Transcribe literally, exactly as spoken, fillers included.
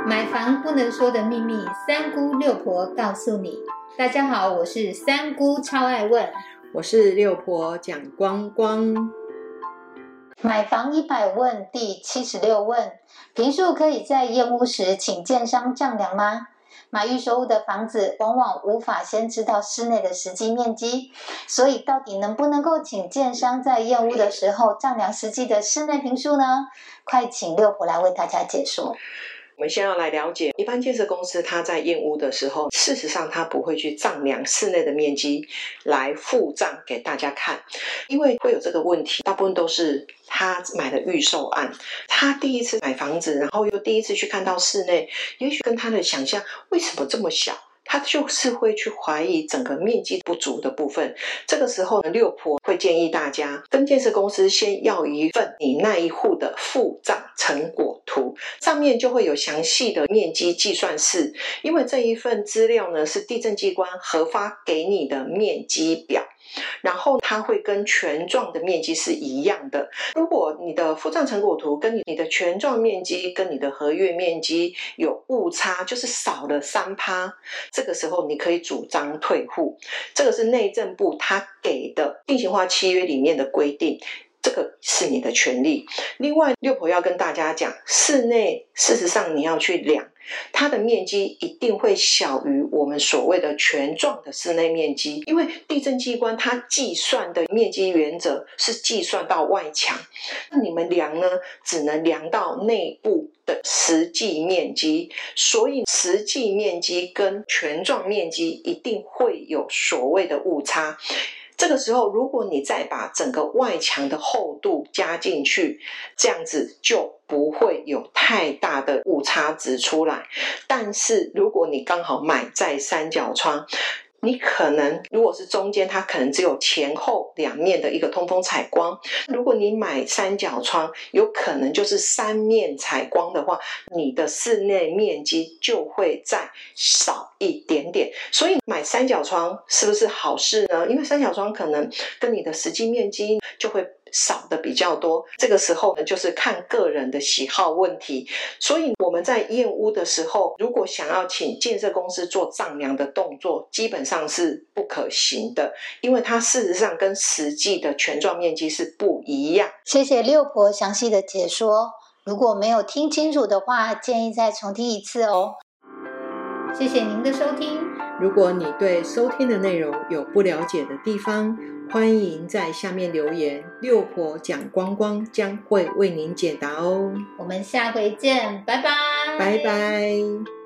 买房不能说的秘密，三姑六婆告诉你。大家好，我是三姑超爱问， 我是六婆蒋光光。 买房一百问第七十六问：坪数可以在验屋时请建商丈量吗？买预售屋的房子往往无法先知道室内的实际面积，所以到底能不能够请建商在验屋的时候丈量实际的室内坪数呢？快请六婆来为大家解说。 我们先要来了解，一般建设公司它在验屋的时候，事实上它不会去丈量室内的面积来付账给大家看，因为会有这个问题，大部分都是他买了预售案，他第一次买房子，然后又第一次去看到室内，也许跟他的想象为什么这么小，他就是会去怀疑整个面积不足的部分。这个时候呢，六婆会建议大家跟建设公司先要一份你那一户的付账成果图，上面就会有详细的面积计算式，因为这一份资料呢是地政机关核发给你的面积表，然后它会跟权状的面积是一样的。如果你的付账成果图跟你的权状面积跟你的合约面积有误差，就是少了 百分之三， 这个时候你可以主张退户，这个是内政部他给的定型化契约里面的规定，这个是你的权利。另外，六婆要跟大家讲，室内事实上你要去量，它的面积一定会小于我们所谓的权状的室内面积，因为地政机关它计算的面积原则是计算到外墙，那你们量呢，只能量到内部的实际面积，所以实际面积跟权状面积一定会有所谓的误差。这个时候如果你再把整个外墙的厚度加进去，这样子就不会有太大的误差值出来。但是如果你刚好买在三角窗，你可能如果是中间，它可能只有前后两面的一个通风采光，如果你买三角窗，有可能就是三面采光的话，你的室内面积就会再少一点点。所以买三角窗是不是好事呢？因为三角窗可能跟你的实际面积就会少的比较多，这个时候呢，就是看个人的喜好问题。所以我们在验屋的时候，如果想要请建设公司做丈量的动作，基本上是不可行的，因为它事实上跟实际的权状面积是不一样。 谢谢六婆详细的解说，如果没有听清楚的话，建议再重听一次哦。谢谢您的收听。 如果你对收听的内容有不了解的地方，欢迎在下面留言，六婆蒋光光将会为您解答哦。 我们下回见，拜拜。 拜拜。